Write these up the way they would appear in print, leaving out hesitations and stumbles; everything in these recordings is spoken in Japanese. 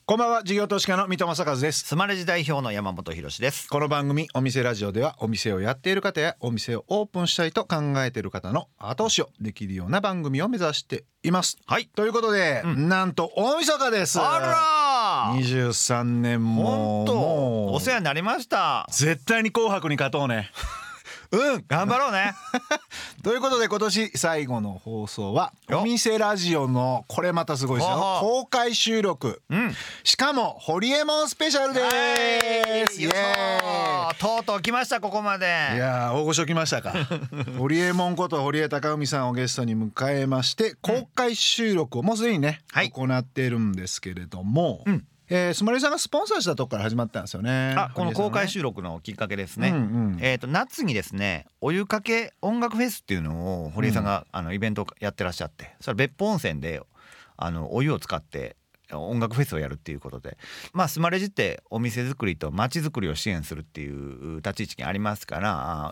こんばんは、事業投資家の三戸正和です。 スマレジ代表の山本博史です。 この番組お店ラジオでは、お店をやっている方やお店をオープンしたいと考えている方の後押しをできるような番組を目指しています。 はい、 ということで、なんと大晦日です。 あら 23年も本当もうお世話になりました。 絶対に紅白に勝とうね。 頑張ろうね。 ということで、今年最後の放送はよお店ラジオの、これまたすごいですよ、 はは公開収録、しかもホリエモンスペシャルです。イエーイ。 とうとう来ました、ここまで。 いやー、大御所来ましたか。ホリエモンこと堀江貴文さんをゲストに迎えまして、公開収録をもうすでにね、行っているんですけれども、スマレジさんがスポンサーしたとこから始まったんですよね。 この公開収録のきっかけですね。 うん夏にですね、お湯かけ音楽フェスっていうのを堀江さんが、イベントをやってらっしゃって、それ別府温泉でお湯を使って音楽フェスをやるっていうことで、スマレジってお店作りと街づくりを支援するっていう立ち位置にありますから、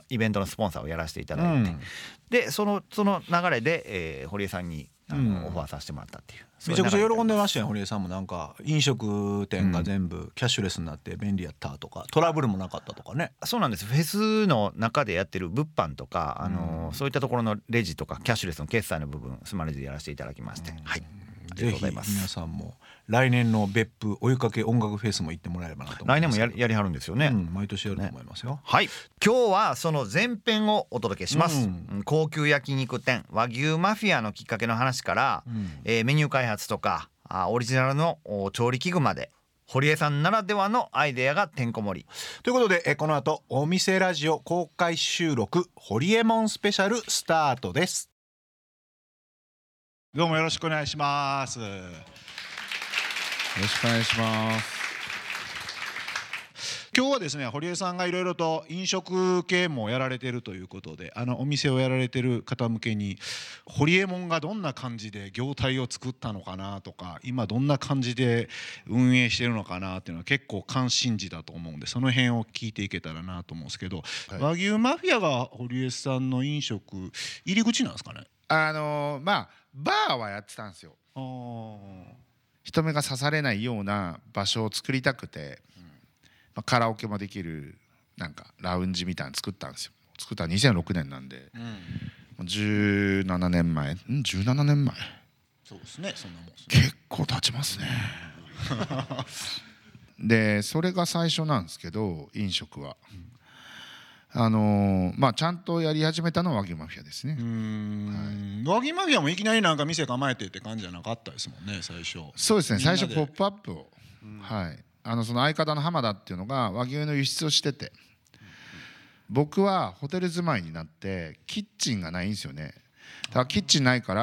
イベントのスポンサーをやらせていただいて、でその流れで、堀江さんにオファーさせてもらったっていう。 めちゃくちゃ喜んでましたよ、堀江さんも。なんか飲食店が全部キャッシュレスになって便利やったとか、トラブルもなかったとかね。 そうなんです。フェスの中でやってる物販とか、そういったところのレジとかキャッシュレスの決済の部分、スマレジでやらせていただきまして、はい、ありがとうございます。 ぜひ皆さんも来年の別府お湯かけ音楽フェスも行ってもらえればなと思います。 来年もやりはるんですよね。 毎年やると思いますよ。 はい、今日はその前編をお届けします。高級焼肉店和牛マフィアのきっかけの話から、メニュー開発とかオリジナルの調理器具まで、堀江さんならではのアイデアがてんこ盛りということで、この後お店ラジオ公開収録ホリエモンスペシャルスタートです。どうもよろしくお願いします。よろしくお願いします。今日はですね、堀江さんがいろいろと飲食系もやられているということで、お店をやられている方向けに、ホリエモンがどんな感じで業態を作ったのかなとか、今どんな感じで運営してるのかなっていうのは結構関心事だと思うんで、その辺を聞いていけたらなと思うんですけど、和牛マフィアが堀江さんの飲食入り口なんですかね。 バーはやってたんですよ。人目が刺されないような場所を作りたくて、カラオケもできるなんかラウンジみたいなの作ったんですよ。作ったの2006年なんで、17年前17年前。 そうですね、そんなもんですね。 結構経ちますね。でそれが最初なんですけど、飲食はちゃんとやり始めたのは和牛マフィアですね。 和牛マフィアもいきなりなんか店構えてって感じじゃなかったですもんね、最初。 そうですね、最初ポップアップを、その相方の浜田っていうのが和牛の輸出をしてて、僕はホテル住まいになってキッチンがないんですよね。だからキッチンないから、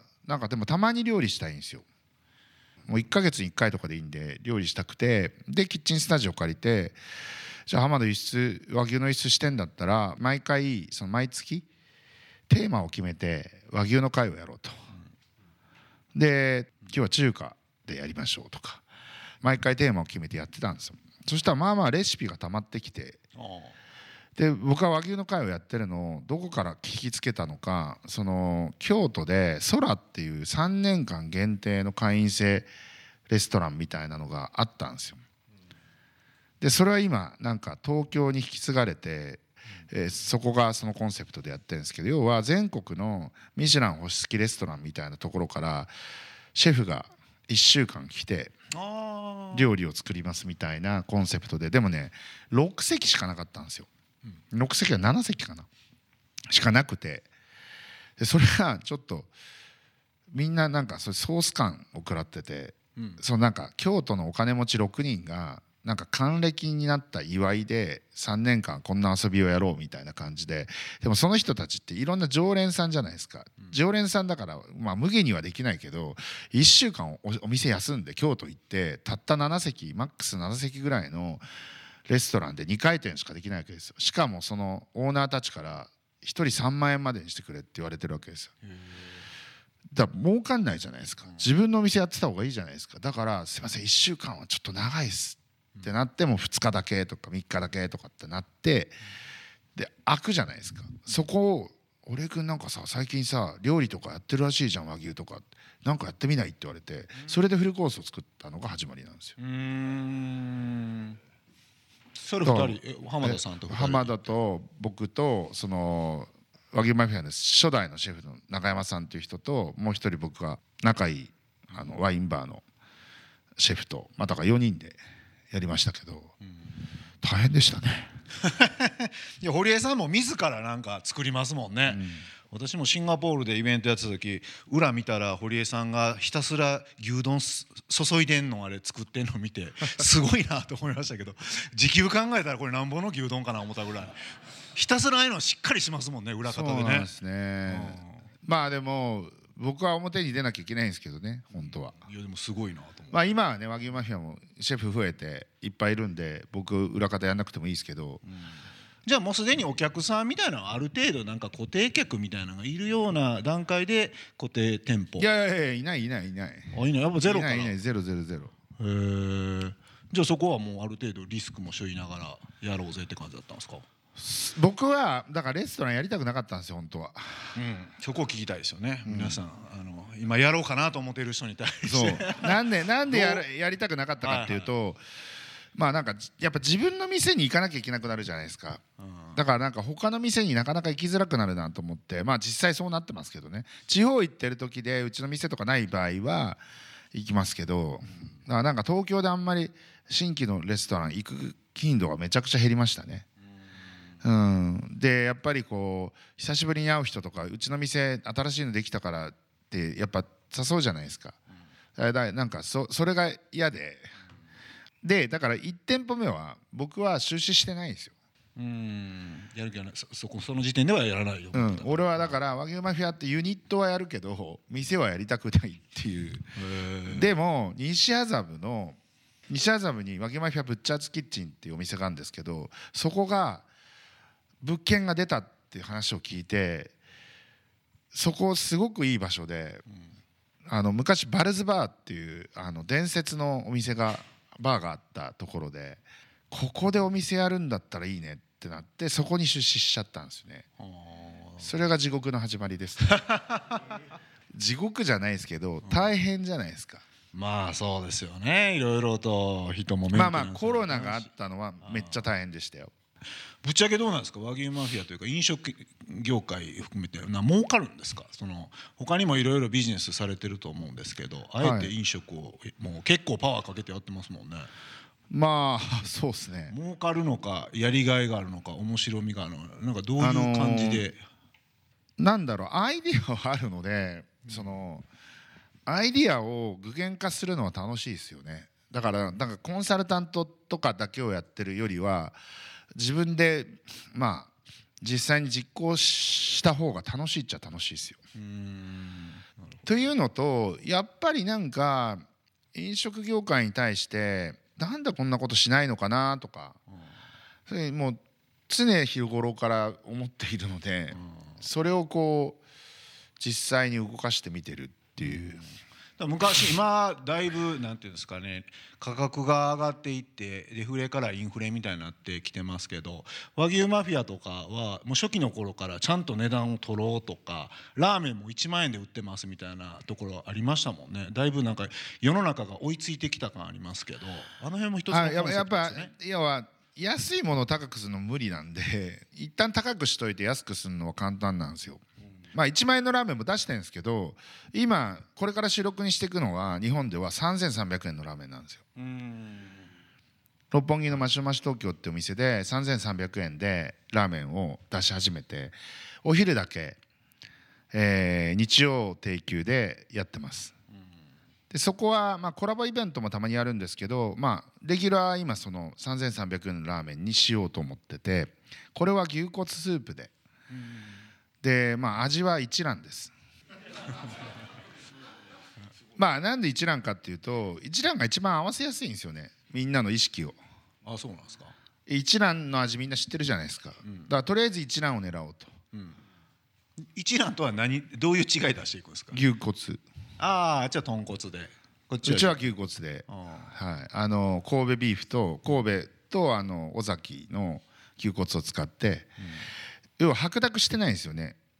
なんかでもたまに料理したいんですよ。もう1ヶ月に1回とかでいいんで料理したくて、でキッチンスタジオ借りて、じゃあ浜田和牛の輸出してんだったら、毎回毎月テーマを決めて和牛の会をやろうと。で今日は中華でやりましょうとか、毎回テーマを決めてやってたんですよ。そしたらレシピが溜まってきて、で僕は和牛の会をやってるのをどこから聞きつけたのか、京都で空っていう3年間限定の会員制レストランみたいなのがあったんですよ。でそれは今なんか東京に引き継がれて、そこがそのコンセプトでやってるんですけど、要は全国のミシュラン星付きレストランみたいなところからシェフが1週間来て料理を作りますみたいなコンセプトで、でもね6席しかなかったんですよ。6席は7席かなしかなくて、でそれがちょっとみんななんかソース感を食らってて、なんか京都のお金持ち6人がなんか還暦になった祝いで3年間こんな遊びをやろうみたいな感じで、でもその人たちっていろんな常連さんじゃないですか。常連さんだから無限にはできないけど、1週間お店休んで京都行ってたった7席マックス7席ぐらいのレストランで2回転しかできないわけですよ。しかもそのオーナーたちから1人3万円までにしてくれって言われてるわけですよ。だから儲かんないじゃないですか。自分のお店やってた方がいいじゃないですか。だからすいません1週間はちょっと長いですってなっても2日だけとか3日だけとかってなって、で開くじゃないですか。そこを堀江君なんかさ最近さ料理とかやってるらしいじゃん和牛とかなんかやってみないって言われてそれでフルコースを作ったのが始まりなんですよ。 それ2人浜田さんと2人浜田と僕とその和牛マフィアの初代のシェフの中山さんという人ともう一人僕が仲いいワインバーのシェフとだから4人でやりましたけど大変でしたね。 いや堀江さんも自らなんか作りますもんね、私もシンガポールでイベントやってた時裏見たら堀江さんがひたすら牛丼注いでんのあれ作ってんの見てすごいなと思いましたけど時給考えたらこれなんぼの牛丼かな思ったぐらいひたすらああいうのしっかりしますもんね裏方でね。 そうなんですね、まあでも僕は表に出なきゃいけないんですけどね本当は。 いやでもすごいなと思う。 まあ今はね和牛マフィアもシェフ増えていっぱいいるんで僕裏方やんなくてもいいですけど、 じゃあもうすでにお客さんみたいなのはある程度なんか固定客みたいなのがいるような段階で固定店舗。 いやいやいやいないいないいない。 あいないやっぱゼロかな。 いないいないゼロゼロゼロ。 へえ。じゃあそこはもうある程度リスクも背負いながらやろうぜって感じだったんですか。 僕はだからレストランやりたくなかったんですよ本当は。 そこを聞きたいですよね、皆さん今やろうかなと思っている人に対してそうなんでやりたくなかったかっていうと、まあなんかやっぱ自分の店に行かなきゃいけなくなるじゃないですか。だからなんか他の店になかなか行きづらくなるなと思ってまあ実際そうなってますけどね。地方行ってる時でうちの店とかない場合は行きますけど、だからなんか東京であんまり新規のレストラン行く頻度がめちゃくちゃ減りましたね。でやっぱりこう久しぶりに会う人とかうちの店新しいのできたからってやっぱ誘うじゃないですか。なんかそれが嫌でだから1店舗目は僕は出資してないんですよ。 やる気はないその時点ではやらないよ、 俺はだから和牛マフィアってユニットはやるけど店はやりたくないっていう。でも西麻布に和牛マフィアブッチャーズキッチンっていうお店があるんですけどそこが物件が出たっていう話を聞いてそこすごくいい場所で、昔バルズバーっていう伝説のバーがあったところでここでお店やるんだったらいいねってなってそこに出資しちゃったんですよね。それが地獄の始まりですね。地獄じゃないですけど大変じゃないですか。 まあそうですよねいろいろと人もまあコロナがあったのはめっちゃ大変でしたよ。 ぶっちゃけどうなんですか和牛マフィアというか飲食業界含めて儲かるんですか。他にもいろいろビジネスされてると思うんですけどあえて飲食をもう結構パワーかけてやってますもんね。 まあそうですね。 儲かるのかやりがいがあるのか面白みがあるのかなんかどういう感じで、 なんだろうアイディアはあるのでアイディアを具現化するのは楽しいですよね。だからなんかコンサルタントとかだけをやってるよりは自分でまあ実際に実行した方が楽しいっちゃ楽しいですよ。というのとやっぱりなんか飲食業界に対してなんでこんなことしないのかなとか、それもう常日頃から思っているので、それをこう実際に動かしてみてるっていう。 今だいぶなんていうんですかね価格が上がっていってデフレからインフレみたいになってきてますけど和牛マフィアとかはもう初期の頃からちゃんと値段を取ろうとかラーメンも1万円で売ってますみたいなところありましたもんね。だいぶなんか世の中が追いついてきた感ありますけどあの辺も一つのコンセプトですね。 やっぱ要は安いものを高くするの無理なんで一旦高くしといて安くするのは簡単なんですよ。まあ1万円のラーメンも出してるんですけど今これから主力にしていくのは日本では3300円のラーメンなんですよ。六本木のマシュマシ東京ってお店で3300円でラーメンを出し始めてお昼だけ、日曜定休でやってます。でそこはまあコラボイベントもたまにやるんですけど、まあ、レギュラー今その3300円のラーメンにしようと思っててこれは牛骨スープでまあ味は一蘭ですまあなんで一蘭かっていうと一蘭が一番合わせやすいんですよねみんなの意識を。 あそうなんですか。 一蘭の味みんな知ってるじゃないですか、だからとりあえず一蘭を狙おうと、 一蘭とはどういう違い出していくんですか。 牛骨ああじゃあ豚骨でうちは牛骨で、はい、神戸ビーフと神戸と尾崎の牛骨を使って、要は白濁してないんですよね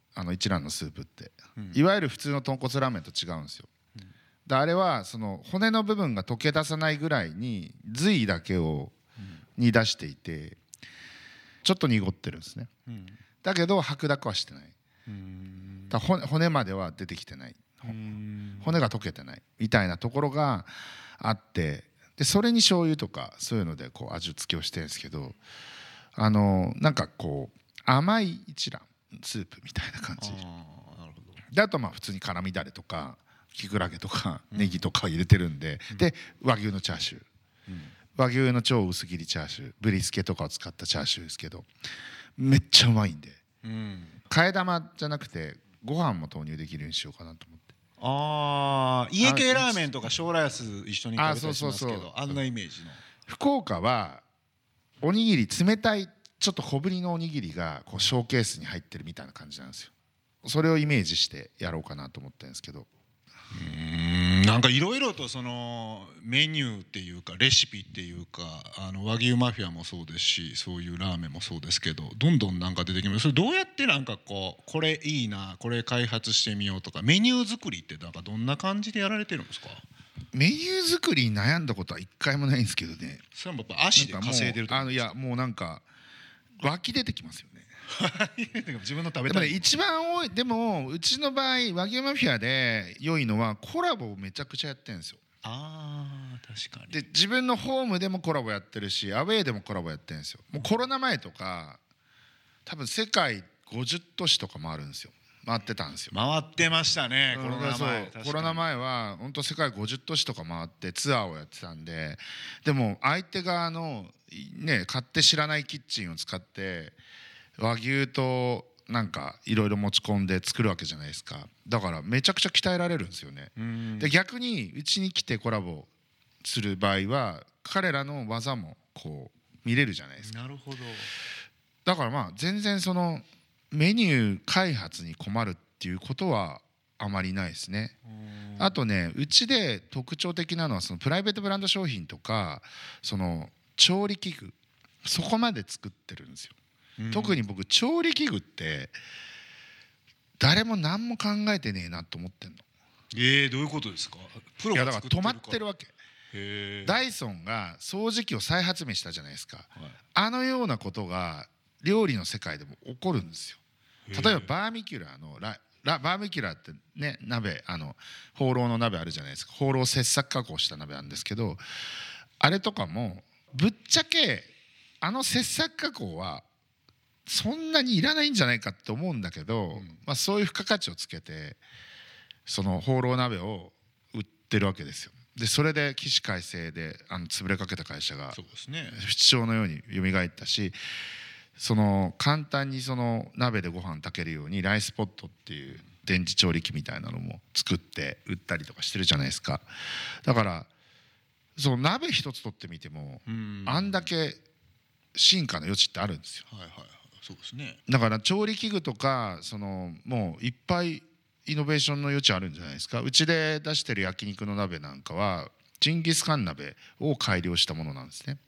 一蘭のスープって、 うんいわゆる普通の豚骨ラーメンと違うんですよ。であれはその骨の部分が溶け出さないぐらいに髄だけを煮出していて、ちょっと濁ってるんですね。 うんだけど白濁はしてない。だから骨までは出てきてない、骨が溶けてないみたいなところがあって、でそれに醤油とかそういうのでこう味付けをしてるんですけど、なんかこう甘い一蘭スープみたいな感じなるほど。 で、あとまあ普通に辛味だれとかきくらげとかネギとか入れてるんで、で和牛のチャーシュー、和牛の超薄切りチャーシュー、ブリスケとかを使ったチャーシューですけど、めっちゃうまいんで、替え玉じゃなくてご飯も投入できるようにしようかなと思って。 家系ラーメンとか小ライス一緒に食べたりしますけそうど、あんなイメージの。 福岡はおにぎり冷たいちょっと小ぶりのおにぎりがこうショーケースに入ってるみたいな感じなんですよ。それをイメージしてやろうかなと思ってるんですけど、 なんかいろいろとそのメニューっていうかレシピっていうか、和牛マフィアもそうですし、そういうラーメンもそうですけど、どんどんなんか出てきます。それどうやってなんかこれいいな、これ開発してみようとか、メニュー作りってなんかどんな感じでやられてるんですか？ メニュー作りに悩んだことは一回もないんですけどね。 それもやっぱ足で稼いでるとか。 いやもうなんか湧き出てきますよね。 自分の食べでもね、 たい。 一番多い、でもうちの場合和牛マフィアで良いのはコラボをめちゃくちゃやってるんですよ。 確かに。 で自分のホームでもコラボやってるし、アウェーでもコラボやってるんですよ。もうコロナ前とか多分世界50都市とか回るんですよ。回ってたんですよ。 回ってましたね、コロナ前。 そうコロナ前は本当世界50都市とか回ってツアーをやってたんで、でも相手側のね買って知らないキッチンを使って和牛となんかいろいろ持ち込んで作るわけじゃないですか。だからめちゃくちゃ鍛えられるんですよね。で逆にうちに来てコラボする場合は彼らの技もこう見れるじゃないですか。 なるほど。 だからまあ全然そのメニュー開発に困るっていうことはあまりないですね。あとね、うちで特徴的なのはそのプライベートブランド商品とかその調理器具、そこまで作ってるんですよ。特に僕調理器具って誰も何も考えてねえなと思ってんの。 どういうことですか？プロいやがだから止まってるわけ。ダダイソンが掃除機を再発明したじゃないですか。あのようなことが料理の世界でも起こるんですよ。例えばバーミキュラのバーミキュラってね、鍋ホーローの鍋あるじゃないですか。ホーロー切削加工した鍋なんですけど、あれとかもぶっちゃけ切削加工はそんなにいらないんじゃないかって思うんだけど、まあ、そういう付加価値をつけてそのホーロー鍋を売ってるわけですよ。でそれで起死回生で潰れかけた会社が不死鳥のように蘇ったし、その簡単にその鍋でご飯炊けるようにライスポットっていう電磁調理器みたいなのも作って売ったりとかしてるじゃないですか。だからその鍋一つ取ってみてもあんだけ進化の余地ってあるんですよ。 そうですね。 だから調理器具とかもういっぱいイノベーションの余地あるんじゃないですか。うちで出してる焼肉の鍋なんかはジンギスカン鍋を改良したものなんですね。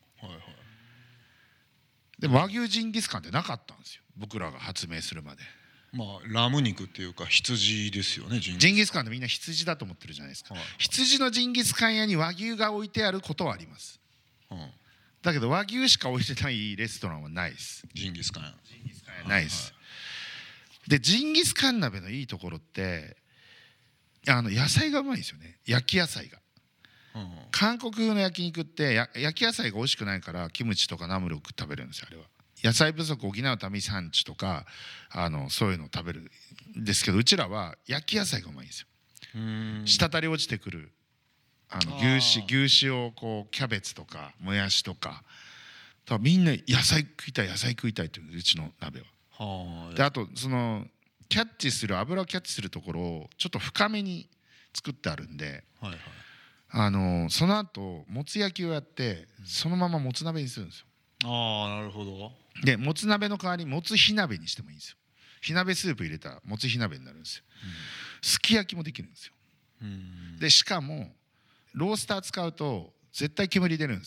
でも和牛ジンギスカンってなかったんですよ、僕らが発明するまで。 まあラム肉っていうか羊ですよね。ジンギスカンってみんな羊だと思ってるじゃないですか。羊のジンギスカン屋に和牛が置いてあることはあります。だけど和牛しか置いてないレストランはないです。 ジンギスカンないです。でジンギスカン鍋のいいところって野菜がうまいんですよね。焼き野菜が。韓国風の焼肉って焼き野菜が美味しくないからキムチとかナムルを食べるんですよ。あれは野菜不足を補うためにサンチュとかそういうのを食べるんですけど、うちらは焼き野菜がうまいんですよ。滴り落ちてくる牛脂をこうキャベツとかもやしとか、だからみんな野菜食いたいといううちの鍋は。であとその油をキャッチするところをちょっと深めに作ってあるんで、その後もつ焼きをやってそのままもつ鍋にするんですよ。 なるほど。 でもつ鍋の代わりもつ火鍋にしてもいいんですよ。火鍋スープ入れたらもつ火鍋になるんですよ。すき焼きもできるんですよ。でしかもロースター使うと絶対煙出るんですよ。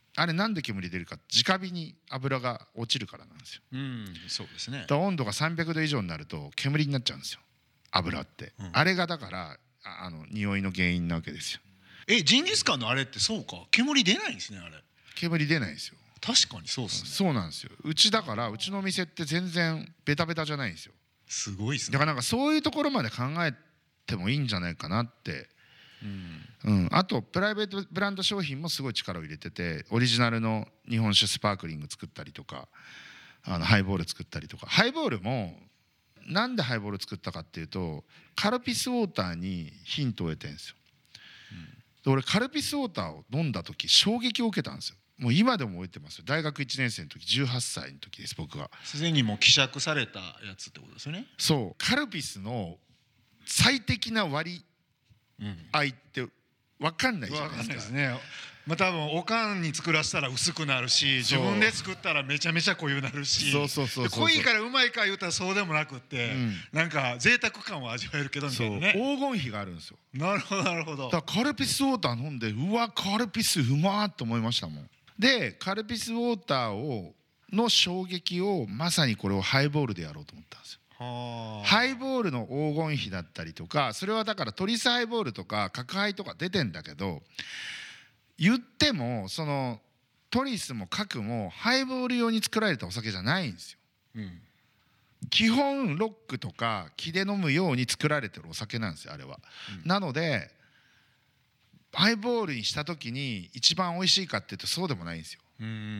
あれなんで煙出るか、直火に油が落ちるからなんですよ。 そうですね。 だから温度が300度以上になると煙になっちゃうんですよ、油って、あれがだから匂いの原因なわけですよ。 ジンギスカンのあれってそうか、煙出ないんですね。あれ煙出ないですよ。 確かにそうですね。 そうなんですよ。うちだからうちのお店って全然ベタベタじゃないんですよ。 すごいですね。 だからなんかそういうところまで考えてもいいんじゃないかなって。あとプライベートブランド商品もすごい力を入れてて、オリジナルの日本酒スパークリング作ったりとか、ハイボール作ったりとか。ハイボールもなんでハイボール作ったかっていうと、カルピスウォーターにヒントを得てるんですよ。で俺カルピスウォーターを飲んだ時衝撃を受けたんですよ。もう今でも覚えてますよ。大学1年生の時、18歳の時です、僕が。 すでにもう希釈されたやつってことですよね。 そう、カルピスの最適な割合って分かんないじゃないですか。 ですね。まあ多分おかんに作らせたら薄くなるし、自分で作ったらめちゃめちゃ濃ゆなるし、濃いからうまいか言うたらそうでもなくって、なんか贅沢感を味わえるけどみたいなね。 黄金比があるんですよ。 なるほどなるほど。 だからカルピスウォーター飲んで、うわカルピスうまーって思いましたもん。でカルピスウォーターの衝撃をまさにこれをハイボールでやろうと思ったんですよ。ハイボールの黄金比だったりとか、それはだからトリスハイボールとか角ハイとか出てんだけど、言ってもそのトリスも角もハイボール用に作られたお酒じゃないんですよ。基本ロックとか木で飲むように作られてるお酒なんですよ、あれは。なのでハイボールにした時に一番美味しいかっていうとそうでもないんですよ。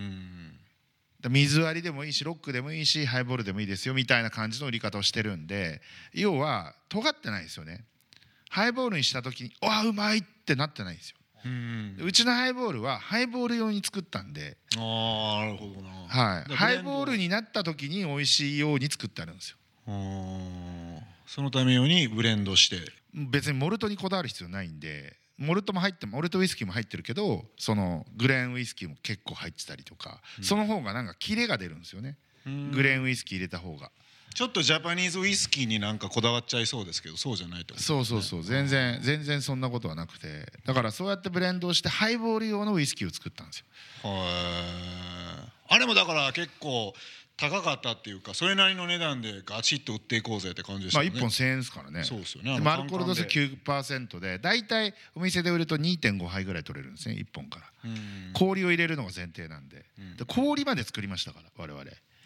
水割りでもいいしロックでもいいしハイボールでもいいですよみたいな感じの売り方をしてるんで、要は尖ってないですよね。ハイボールにした時にわあうまいってなってないんですよ。うちのハイボールはハイボール用に作ったんで、 なるほどな。 ハイボールになった時に美味しいように作ってあるんですよ。 そのため用にブレンドして、 別にモルトにこだわる必要ないんで、モルトウイスキーも入ってるけど、そのグレーンウイスキーも結構入ってたりとか、その方がなんかキレが出るんですよね。グレーンウイスキー入れた方が。 ちょっとジャパニーズウイスキーになんかこだわっちゃいそうですけど、そうじゃないってことですね。 そう全然そんなことはなくて、だからそうやってブレンドをしてハイボール用のウイスキーを作ったんですよ。 あれもだから結構高かったっていうか、それなりの値段でガチッと売っていこうぜって感じですよね。 1本1000円ですからね。 そうですよね。 アルコール度数 9% でだいたいお店で売ると 2.5 杯ぐらい取れるんですね、1本から。氷を入れるのが前提なんで、氷まで作りましたから我々。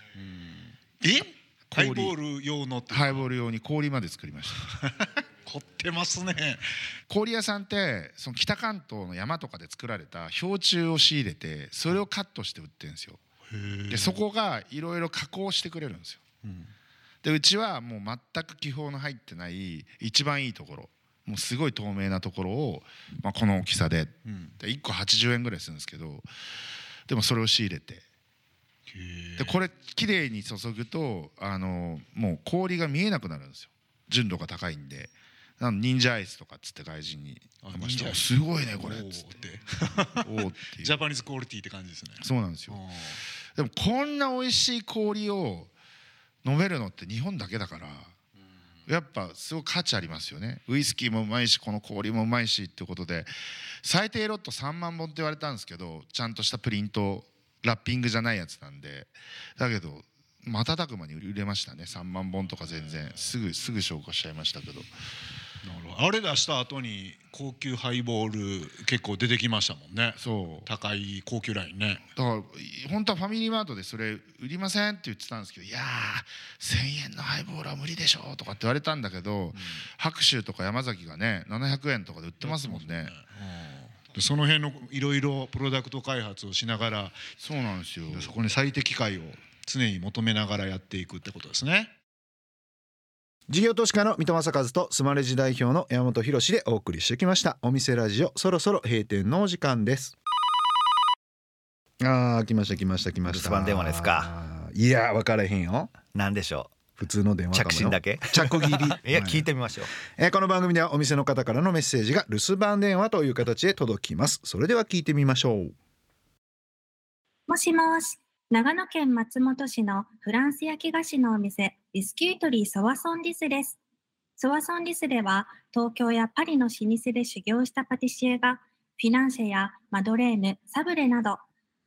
ハイボール用のって。 ハイボール用に氷まで作りました凝ってますね。 氷屋さんってその北関東の山とかで作られた氷柱を仕入れて、それをカットして売ってるんですよ。でそこがいろいろ加工してくれるんですよ。でうちはもう全く気泡の入ってない一番いいところ、もうすごい透明なところを、この大きさで、1個80円ぐらいするんですけど、でもそれを仕入れて、でこれきれいに注ぐともう氷が見えなくなるんですよ、純度が高いんで。忍者アイスとかっつって外人に「すごいねこれ」っつっておおっていう、 ジャパニーズクオリティって感じですね。 そうなんですよ。でもこんな美味しい氷を飲めるのって日本だけだから、やっぱすごい価値ありますよね。ウイスキーもうまいしこの氷もうまいしってことで、最低ロット3万本って言われたんですけど、ちゃんとしたプリントラッピングじゃないやつなんで、だけど瞬く間に売れましたね。3万本とか全然すぐ消化しちゃいましたけど。 あれ出した後に高級ハイボール結構出てきましたもんね。 そう高い高級ラインね。 だから本当はファミリーマートでそれ売りませんって言ってたんですけど、いやー1000円のハイボールは無理でしょとかって言われたんだけど、白州とか山崎がね700円とかで売ってますもんね。 その辺のいろいろプロダクト開発をしながら、 そうなんですよ。 そこに最適解を常に求めながらやっていくってことですね。 事業投資家の三戸正和とスマレジ代表の山本博でお送りしてきましたお店ラジオ、そろそろ閉店のお時間です。来ました。 留守番電話ですか。 いや分からへんよ。 何でしょう。 普通の電話かもよ。 着信だけ着切りいや聞いてみましょう。この番組ではお店の方からのメッセージが留守番電話という形で届きます。それでは聞いてみましょう。 もしもし、長野県松本市のフランス焼き菓子のお店ビスキュイトリーソワソンリスです。ソワソンリスでは東京やパリの老舗で修行したパティシエがフィナンシェやマドレーヌ、サブレなど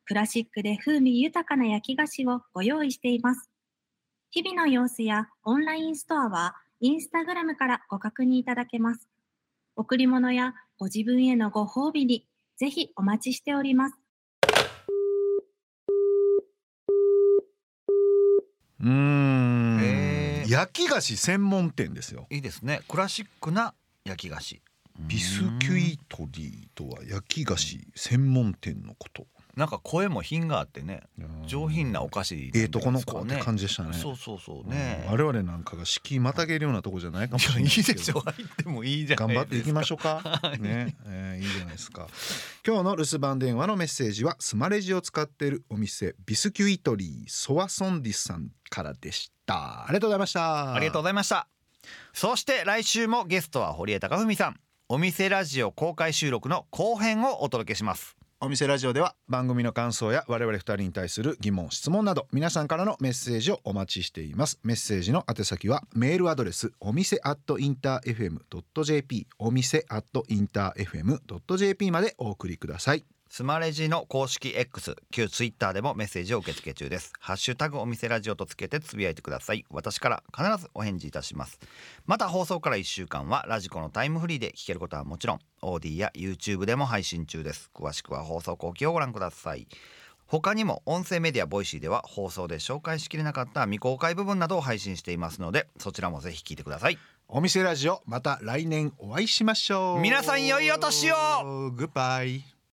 クラシックで風味豊かな焼き菓子をご用意しています。日々の様子やオンラインストアはインスタグラムからご確認いただけます。贈り物やご自分へのご褒美にぜひお待ちしております。 焼き菓子専門店ですよ。 いいですね。クラシックな焼き菓子。 ビスキュイトリーとは焼き菓子専門店のこと。 なんか声も品があってね、上品なお菓子、 とこの子って感じでしたね。 そうね。 我々なんかが敷居またげるようなとこじゃないかもしれないですけど。 いいでしょ、入ってもいいじゃないですか。 頑張っていきましょうか。ね、いいじゃないですか。今日の留守番電話のメッセージはスマレジを使っているお店ビスキュイトリーソワソンディスさんからでした。ありがとうございました。 ありがとうございました。そして来週もゲストは堀江貴文さん。お店ラジオ公開収録の後編をお届けします。 お店ラジオでは番組の感想や我々2人に対する疑問質問など皆さんからのメッセージをお待ちしています。メッセージの宛先はメールアドレスお店@interfm.jp お店@interfm.jp までお送りください。 スマレジの公式 X 旧ツイッターでもメッセージを受け付け中です。ハッシュタグお店ラジオとつけてつぶやいてください。私から必ずお返事いたします。また放送から1週間はラジコのタイムフリーで聞けることはもちろん OD や YouTube でも配信中です。詳しくは放送後期をご覧ください。他にも音声メディアボイシーでは放送で紹介しきれなかった未公開部分などを配信していますのでそちらもぜひ聞いてください。 お店ラジオまた来年お会いしましょう。 皆さん良いお年を。 グッバイ。